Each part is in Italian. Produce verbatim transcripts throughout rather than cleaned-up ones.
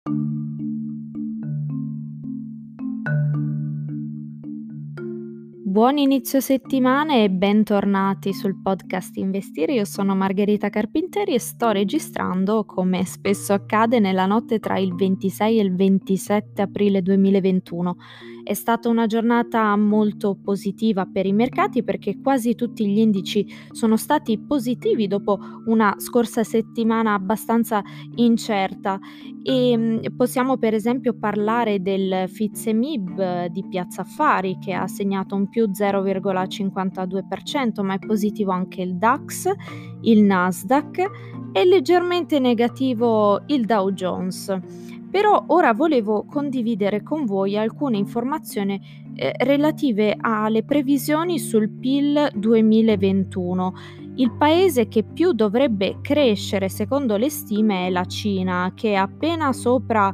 Buon inizio settimana e bentornati sul podcast Investire. Io sono Margherita Carpinteri e sto registrando, come spesso accade, nella notte tra il ventisei e il ventisette aprile duemilaventuno. È stata una giornata molto positiva per i mercati perché quasi tutti gli indici sono stati positivi dopo una scorsa settimana abbastanza incerta. E mh, possiamo per esempio parlare del FTSE-M I B eh, di Piazza Affari, che ha segnato un più zero virgola cinquantadue per cento, ma è positivo anche il DAX, il Nasdaq e leggermente negativo il Dow Jones. Però ora volevo condividere con voi alcune informazioni eh, relative alle previsioni sul P I L duemilaventuno. Il paese che più dovrebbe crescere secondo le stime è la Cina, che è appena sopra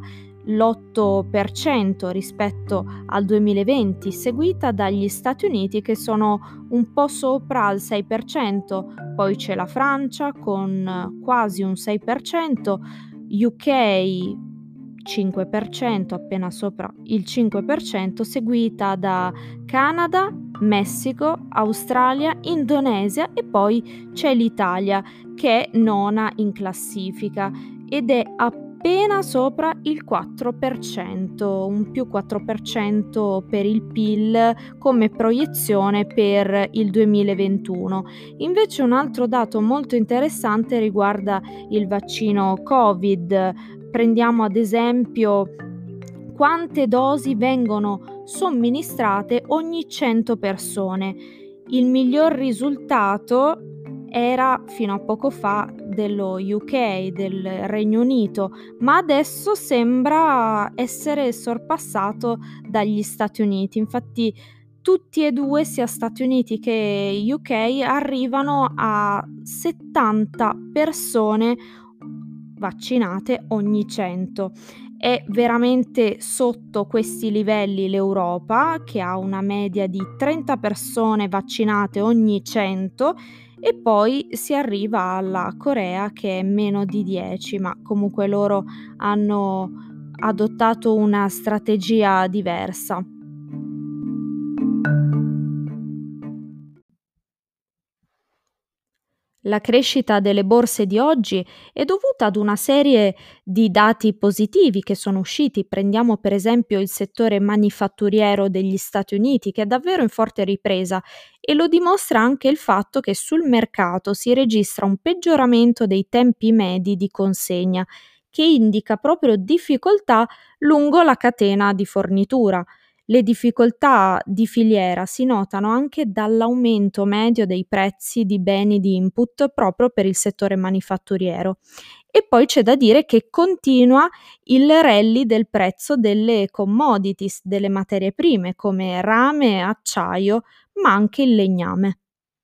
l'otto per cento rispetto al duemilaventi, seguita dagli Stati Uniti che sono un po' sopra al sei per cento, poi c'è la Francia con quasi un sei per cento, U K cinque per cento, appena sopra il cinque per cento, seguita da Canada, Messico, Australia, Indonesia e poi c'è l'Italia che è nona in classifica ed è appena sopra il quattro per cento, un più quattro per cento per il P I L come proiezione per il duemilaventuno. Invece un altro dato molto interessante riguarda il vaccino Covid. Prendiamo ad esempio quante dosi vengono somministrate ogni cento persone. Il miglior risultato era fino a poco fa dello U K, del Regno Unito, ma adesso sembra essere sorpassato dagli Stati Uniti. Infatti tutti e due, sia Stati Uniti che U K, arrivano a settanta persone vaccinate ogni cento. È veramente sotto questi livelli l'Europa, che ha una media di trenta persone vaccinate ogni cento, e poi si arriva alla Corea che è meno di dieci, ma comunque loro hanno adottato una strategia diversa. La crescita delle borse di oggi è dovuta ad una serie di dati positivi che sono usciti. Prendiamo per esempio il settore manifatturiero degli Stati Uniti, che è davvero in forte ripresa, e lo dimostra anche il fatto che sul mercato si registra un peggioramento dei tempi medi di consegna, che indica proprio difficoltà lungo la catena di fornitura. Le difficoltà di filiera si notano anche dall'aumento medio dei prezzi di beni di input proprio per il settore manifatturiero. E poi c'è da dire che continua il rally del prezzo delle commodities, delle materie prime come rame, acciaio, ma anche il legname.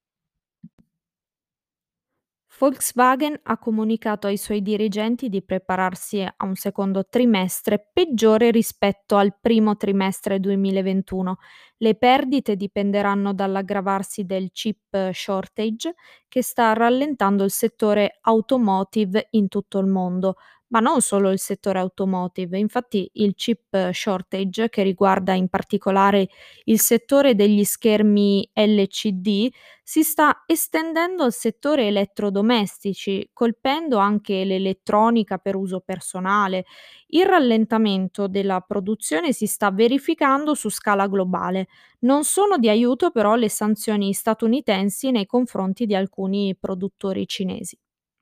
Volkswagen ha comunicato ai suoi dirigenti di prepararsi a un secondo trimestre peggiore rispetto al primo trimestre duemilaventuno. Le perdite dipenderanno dall'aggravarsi del chip shortage che sta rallentando il settore automotive in tutto il mondo, ma non solo il settore automotive. Infatti il chip shortage, che riguarda in particolare il settore degli schermi L C D, si sta estendendo al settore elettrodomestici, colpendo anche l'elettronica per uso personale. Il rallentamento della produzione si sta verificando su scala globale. Non sono di aiuto però le sanzioni statunitensi nei confronti di alcuni produttori cinesi.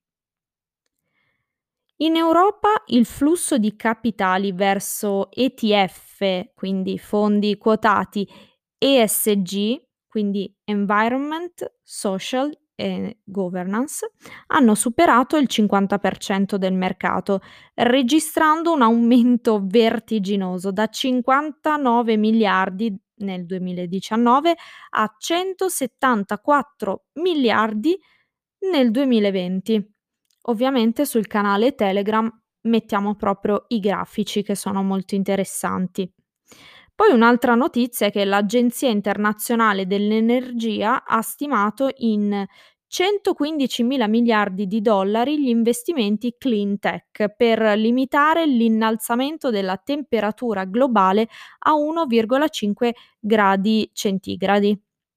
In Europa il flusso di capitali verso E T F, quindi fondi quotati, E S G, quindi Environment, Social e Governance, hanno superato il cinquanta per cento del mercato, registrando un aumento vertiginoso da cinquantanove miliardi nel duemiladiciannove a centosettantaquattro miliardi nel duemilaventi. Ovviamente sul canale Telegram mettiamo proprio i grafici che sono molto interessanti. Poi un'altra notizia è che l'Agenzia internazionale dell'energia ha stimato in centoquindicimila miliardi di dollari gli investimenti clean tech per limitare l'innalzamento della temperatura globale a uno virgola cinque gradi centigradi.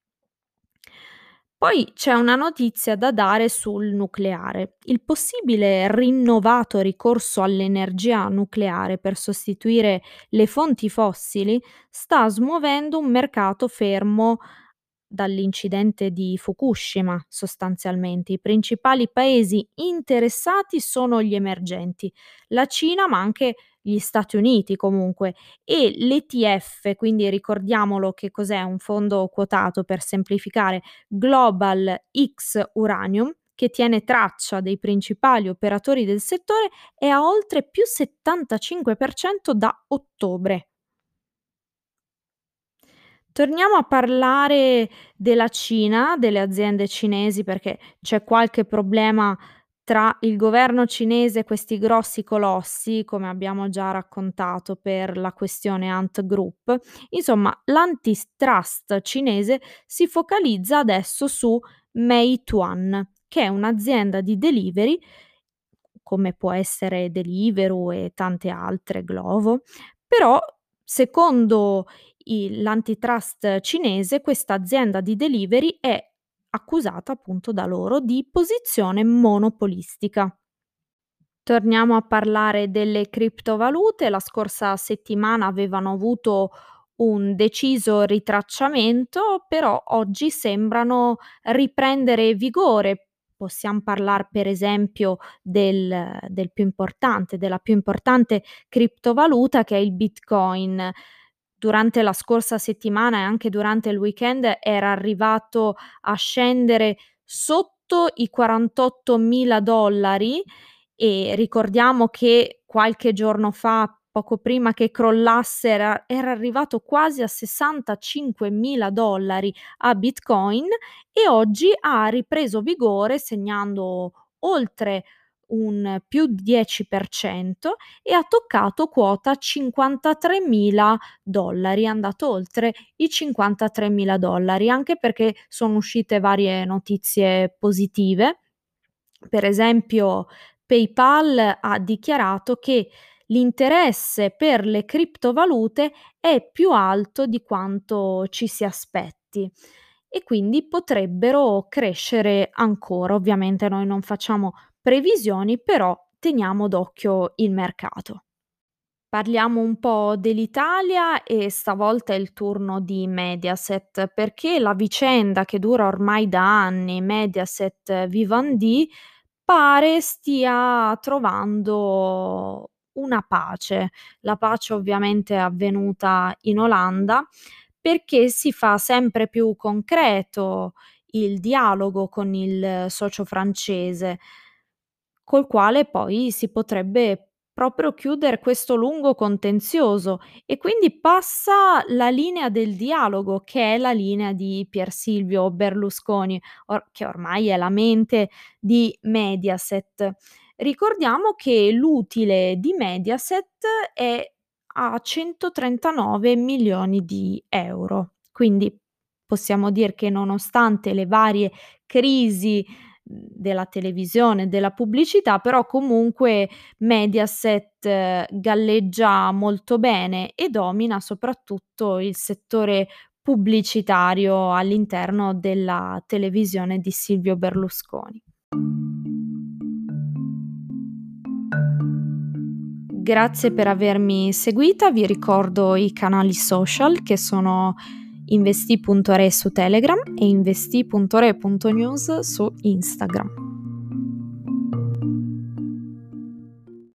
Poi c'è una notizia da dare sul nucleare. Il possibile rinnovato ricorso all'energia nucleare per sostituire le fonti fossili sta smuovendo un mercato fermo dall'incidente di Fukushima, sostanzialmente. I principali paesi interessati sono gli emergenti, la Cina, ma anche gli Stati Uniti comunque, e l'E T F, quindi ricordiamolo che cos'è, un fondo quotato per semplificare, Global X Uranium, che tiene traccia dei principali operatori del settore, è a oltre più settantacinque per cento da ottobre. Torniamo a parlare della Cina, delle aziende cinesi, perché c'è qualche problema tra il governo cinese e questi grossi colossi, come abbiamo già raccontato per la questione Ant Group. Insomma, l'antitrust cinese si focalizza adesso su Meituan, che è un'azienda di delivery, come può essere Deliveroo e tante altre, Glovo, però secondo i l'antitrust cinese questa azienda di delivery è accusata appunto da loro di posizione monopolistica. Torniamo a parlare delle criptovalute. La scorsa settimana avevano avuto un deciso ritracciamento, però oggi sembrano riprendere vigore. Possiam parlar per esempio del del più importante della più importante criptovaluta che è il Bitcoin. Durante la scorsa settimana e anche durante il weekend era arrivato a scendere sotto i quarantottomila dollari e ricordiamo che qualche giorno fa, poco prima che crollasse, era era arrivato quasi a sessantacinquemila dollari a Bitcoin e oggi ha ripreso vigore segnando oltre un più dieci per cento e ha toccato quota cinquantatremila dollari, è andato oltre i cinquantatremila dollari, anche perché sono uscite varie notizie positive. Per esempio PayPal ha dichiarato che l'interesse per le criptovalute è più alto di quanto ci si aspetti e quindi potrebbero crescere ancora. Ovviamente noi non facciamo previsioni, però teniamo d'occhio il mercato. Parliamo un po' dell'Italia e stavolta è il turno di Mediaset, perché la vicenda che dura ormai da anni, Mediaset Vivendi, pare stia trovando una pace. La pace ovviamente è avvenuta in Olanda, perché si fa sempre più concreto il dialogo con il socio francese, col quale poi si potrebbe proprio chiudere questo lungo contenzioso e quindi passa la linea del dialogo, che è la linea di Pier Silvio Berlusconi, or che ormai è la mente di Mediaset. Ricordiamo che l'utile di Mediaset è a centotrentanove milioni di euro, quindi possiamo dir che nonostante le varie crisi mhmm, della televisione, della pubblicità, però comunque Mediaset eh, galleggia molto bene e domina soprattutto il settore pubblicitario all'interno della televisione di Silvio Berlusconi. Grazie per avermi seguita, vi ricordo i canali social che sono investi punto re su Telegram e investi punto re punto news su Instagram.